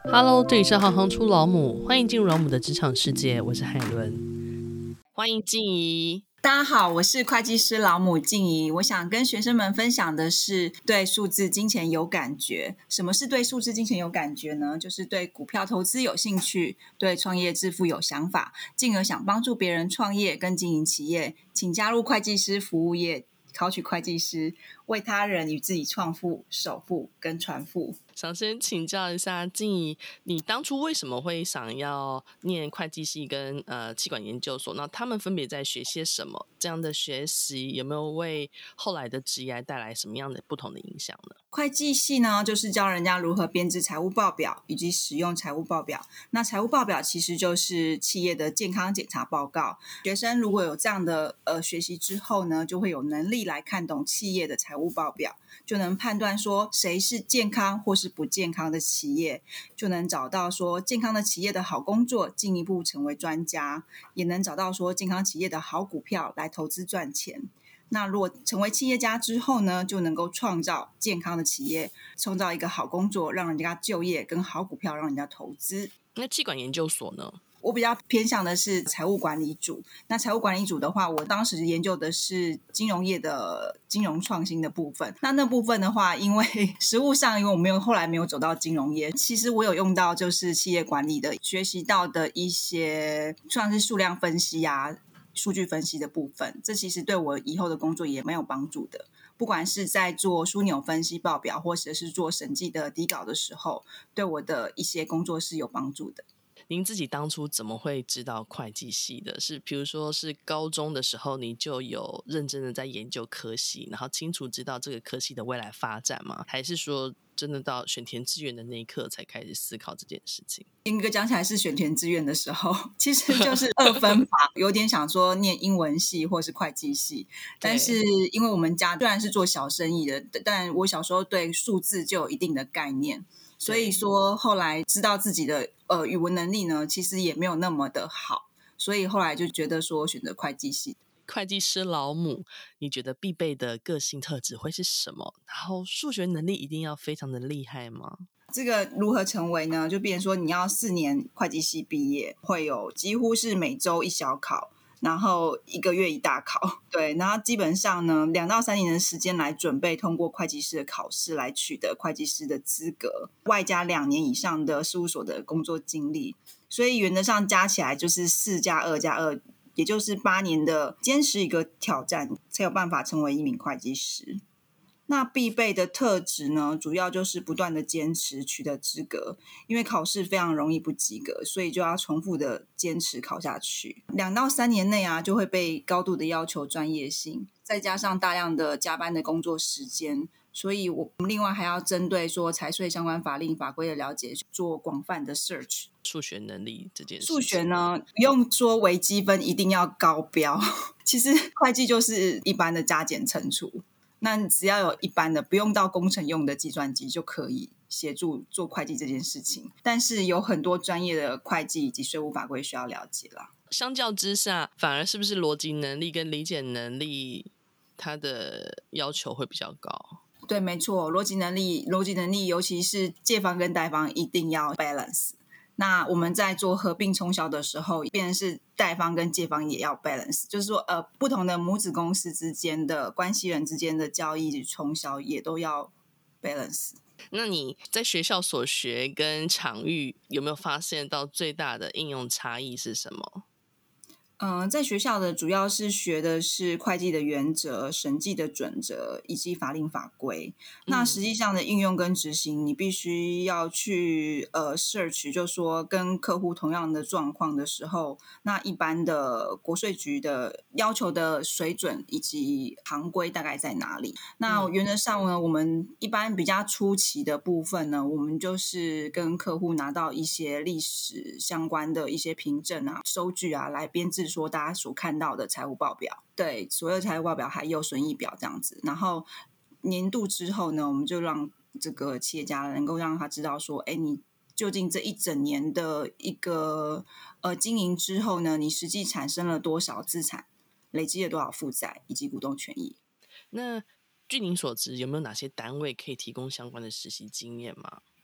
Hello，这里是行行出老母，欢迎进入老母的职场世界，我是海伦，欢迎静怡。 大家好，我是会计师老母静怡。我想跟学生们分享的是对数字金钱有感觉。什么是对数字金钱有感觉呢？就是对股票投资有兴趣，对创业致富有想法，进而想帮助别人创业跟经营企业，请加入会计师服务业，考取会计师，为他人与自己创富、首富跟传富。 想先请教一下静怡，你当初为什么会想要念会计系跟企管研究所？那他们分别在学些什么？这样的学习有没有为后来的职业带来什么样的不同的影响呢？ 会计系呢，就是教人家如何编制财务报表以及使用财务报表。那财务报表其实就是企业的健康检查报告。学生如果有这样的学习之后呢，就会有能力来看懂企业的财务报表，就能判断说谁是健康或是不健康的企业，就能找到说健康的企业的好工作，进一步成为专家，也能找到说健康企业的好股票来投资赚钱。那如果成为企业家之后呢，就能够创造健康的企业，创造一个好工作，让人家就业，跟好股票让人家投资。 那企管研究所呢？ 我比较偏向的是财务管理组。那财务管理组的话，我当时研究的是金融业的金融创新的部分。那部分的话，因为实务上，因为我后来没有走到金融业，其实我有用到就是企业管理的，学习到的一些像是数量分析啊、数据分析的部分，这其实对我以后的工作也蛮有帮助的。不管是在做枢纽分析报表，或者是做审计的底稿的时候，对我的一些工作是有帮助的。 您自己当初怎么会知道会计系的？是比如说是高中的时候你就有认真的在研究科系，然后清楚知道这个科系的未来发展吗？还是说真的到选填志愿的那一刻才开始思考这件事情？ 严格讲起来是选填志愿的时候，其实就是二分法，有点想说念英文系或是会计系，但是因为我们家虽然是做小生意的，但我小时候对数字就有一定的概念，所以说后来知道自己的语文能力呢，其实也没有那么的好，所以后来就觉得说选择会计系。 会计师老母，你觉得必备的个性特质会是什么？然后数学能力一定要非常的厉害吗？ 这个如何成为呢？就变成说你要4年会计系毕业，会有几乎是每周一小考，然后1个月一大考，对，然后基本上呢2到3年的时间来准备通过会计师的考试，来取得会计师的资格，外加2年以上的事务所的工作经历，所以原则上加起来就是4+2+2，也就是8年的坚持一个挑战，才有办法成为一名会计师。那必备的特质呢，主要就是不断的坚持取得资格，因为考试非常容易不及格，所以就要重复的坚持考下去。2到3年内啊，就会被高度的要求专业性，再加上大量的加班的工作时间，所以我们另外还要针对说财税相关法令法规的了解，做广泛的 search。 数学能力这件事情， 数学呢，不用说微积分一定要高标，其实会计就是一般的加减乘除。那只要有一般的不用到工程用的计算机就可以协助做会计这件事情，但是有很多专业的会计以及税务法规需要了解啦。 相较之下，反而是不是逻辑能力跟理解能力它的要求会比较高？ 对，没错，逻辑能力尤其是借方跟贷方一定要 balance。那我们在做合并冲销的时候，变成是贷方跟借方也要 balance， 就是说不同的母子公司之间的关系人之间的交易与冲销也都要 balance。 那你在学校所学跟场域有没有发现到最大的应用差异是什么？ 在学校的主要是学的是会计的原则、审计的准则以及法令法规。那实际上的应用跟执行，你必须要去search，就说跟客户同样的状况的时候，那一般的国税局的要求的水准以及行规大概在哪里？那原则上呢，我们一般比较初期的部分呢，我们就是跟客户拿到一些历史相关的一些凭证啊、收据啊，来编制说大家所看到的财务报表，对，所有财务报表还有损益表这样子。然后年度之后呢，我们就让这个企业家能够让他知道说，哎，你究竟这一整年的一个经营之后呢，你实际产生了多少资产，累积了多少负债以及股东权益。 那据您所知，有没有哪些单位可以提供相关的实习经验吗？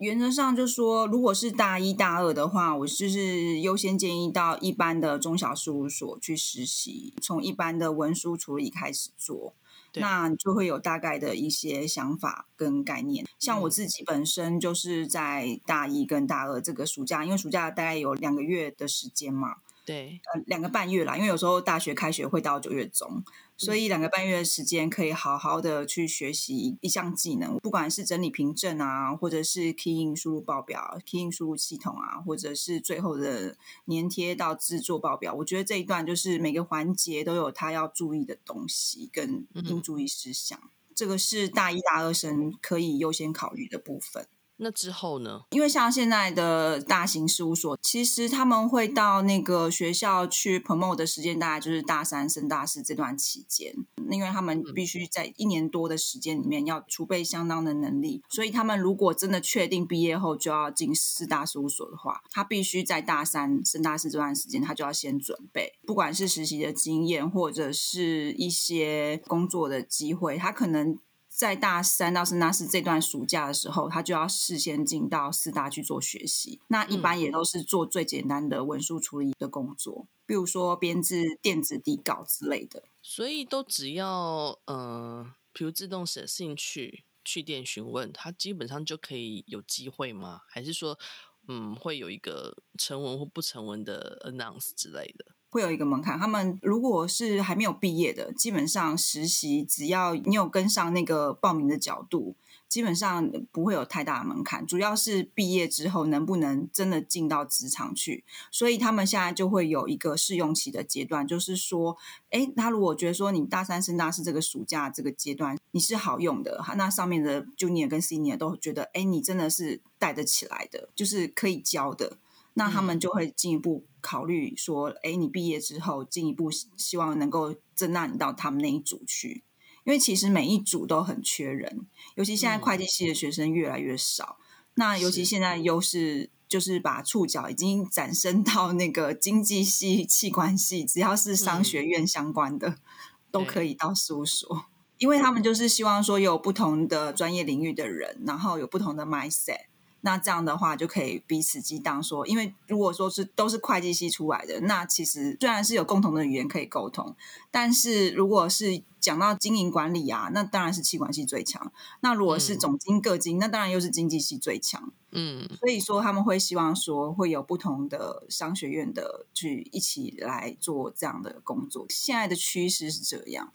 原则上就说，如果是大一大二的话，我就是优先建议到一般的中小事务所去实习，从一般的文书处理开始做，那你就会有大概的一些想法跟概念。像我自己本身就是在大一跟大二这个暑假，因为暑假大概有2个月的时间嘛， 对 2个半月啦，因为有时候大学开学会到9月中，所以2个半月的时间可以好好的去学习一项技能，不管是整理凭证啊，或者是 key in 输入报表 key in 输入系统啊，或者是最后的粘贴到制作报表，我觉得这一段就是每个环节都有他要注意的东西跟应注意事项，这个是大一大二生可以优先考虑的部分。 那之后呢？ 因为像现在的大型事务所，其实他们会到那个学校去 promote 的时间大概就是大三升大四这段期间，因为他们必须在1年多的时间里面要储备相当的能力，所以他们如果真的确定毕业后就要进4大事务所的话，他必须在大三升大四这段时间他就要先准备，不管是实习的经验或者是一些工作的机会，他可能在大3到升大4这段暑假的时候，他就要事先进到4大去做学习。那一般也都是做最简单的文书处理的工作，比如说编制电子底稿之类的。 所以都只要比如自动写信去电询问，他基本上就可以有机会吗？还是说会有一个成文或不成文的 announce 之类的？ 会有一个门槛，他们如果是还没有毕业的，基本上实习只要你有跟上那个报名的角度，基本上不会有太大的门槛，主要是毕业之后能不能真的进到职场去。所以他们现在就会有一个试用期的阶段，就是说他如果觉得说你大三升大四这个暑假这个阶段你是好用的，那上面的 junior 跟 senior 都觉得你真的是带得起来的，就是可以教的，那他们就会进一步考虑说你毕业之后进一步希望能够增纳你到他们那一组去，因为其实每一组都很缺人，尤其现在会计系的学生越来越少，那尤其现在优势就是把触角已经展伸到那个经济系企管系，只要是商学院相关的都可以到事务所，因为他们就是希望说有不同的专业领域的人，然后有不同的 mindset，那这样的话就可以彼此激荡说，因为如果说都是会计系出来的，那其实虽然是有共同的语言可以沟通，但是如果是讲到经营管理啊，那当然是企管系最强，那如果是总经各经，那当然又是经济系最强。所以说他们会希望说会有不同的商学院的去一起来做这样的工作，现在的趋势是这样。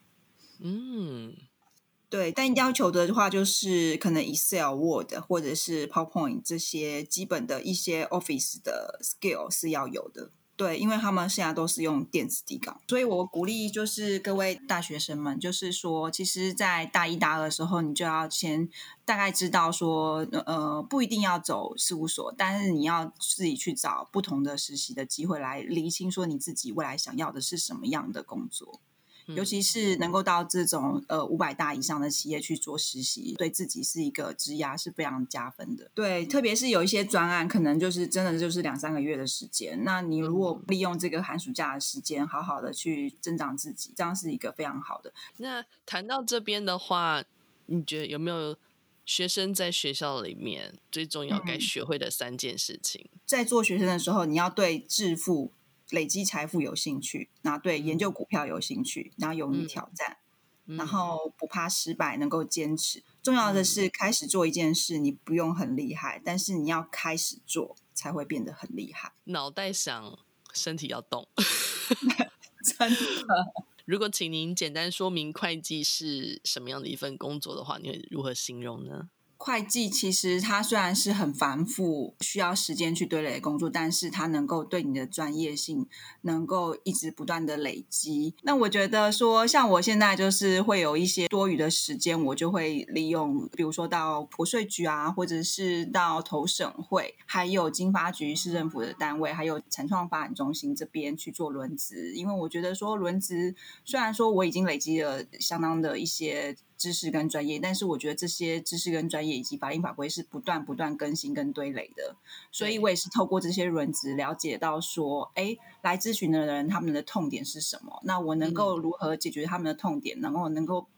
对，但要求的话就是可能 Excel、Word 或者是 PowerPoint 这些基本的一些 Office 的 skill 是要有的。对，因为他们现在都是用电子底稿，所以我鼓励就是各位大学生们，就是说其实在大一大二的时候，你就要先大概知道说不一定要走事务所，但是你要自己去找不同的实习的机会来厘清说你自己未来想要的是什么样的工作，尤其是能够到这种500大以上的企业去做实习，对自己是一个职涯是非常加分的。对，特别是有一些专案可能就是真的就是2-3个月的时间，那你如果利用这个寒暑假的时间好好的去增长自己，这样是一个非常好的。 那谈到这边的话，你觉得有没有学生在学校里面最重要该学会的3件事情？ 在做学生的时候，你要对致富累积财富有兴趣，然后对研究股票有兴趣，然后勇于挑战，然后不怕失败，能够坚持。重要的是开始做一件事，你不用很厉害，但是你要开始做才会变得很厉害。 脑袋想，身体要动。 真的。 如果请您简单说明会计是什么样的一份工作的话，你会如何形容呢？ 会计其实它虽然是很繁复需要时间去堆垒的工作，但是它能够对你的专业性能够一直不断的累积。那我觉得说像我现在就是会有一些多余的时间，我就会利用比如说到国税局啊，或者是到投审会，还有经发局市政府的单位，还有产创发展中心这边去做轮值。因为我觉得说轮值虽然说我已经累积了相当的一些知识跟专业，但是我觉得这些知识跟专业以及法令法规是不断更新跟堆垒的，所以我也是透过这些轮值了解到说来咨询的人他们的痛点是什么，那我能够如何解决他们的痛点，然后能够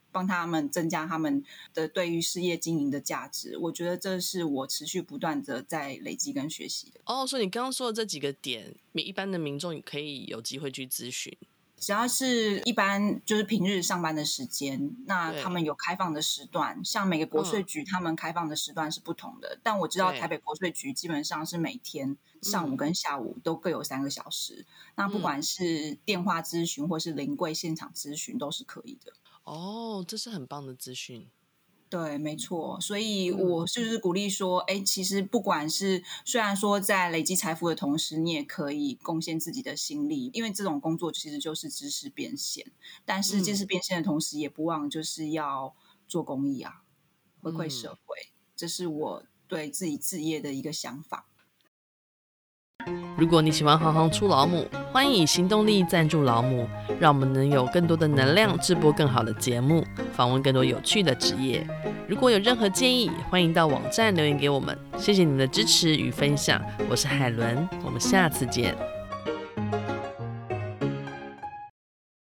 帮他们增加他们的对于事业经营的价值。我觉得这是我持续不断的在累积跟学习的。 所以你刚刚说的这几个点，一般的民众可以有机会去咨询。 只要是一般就是平日上班的时间，那他们有开放的时段，像每个国税局他们开放的时段是不同的，但我知道台北国税局基本上是每天上午跟下午都各有3个小时，那不管是电话咨询或是临柜现场咨询都是可以的。 这是很棒的资讯。 对，没错，所以我就是鼓励说，其实不管是虽然说在累积财富的同时，你也可以贡献自己的心力，因为这种工作其实就是知识变现，但是知识变现的同时，也不忘就是要做公益啊，回馈社会，这是我对自己志业的一个想法。 如果你喜欢行行出老母，欢迎以行动力赞助老母，让我们能有更多的能量制播更好的节目，访问更多有趣的职业。如果有任何建议，欢迎到网站留言给我们。谢谢你们的支持与分享，我是海伦，我们下次见。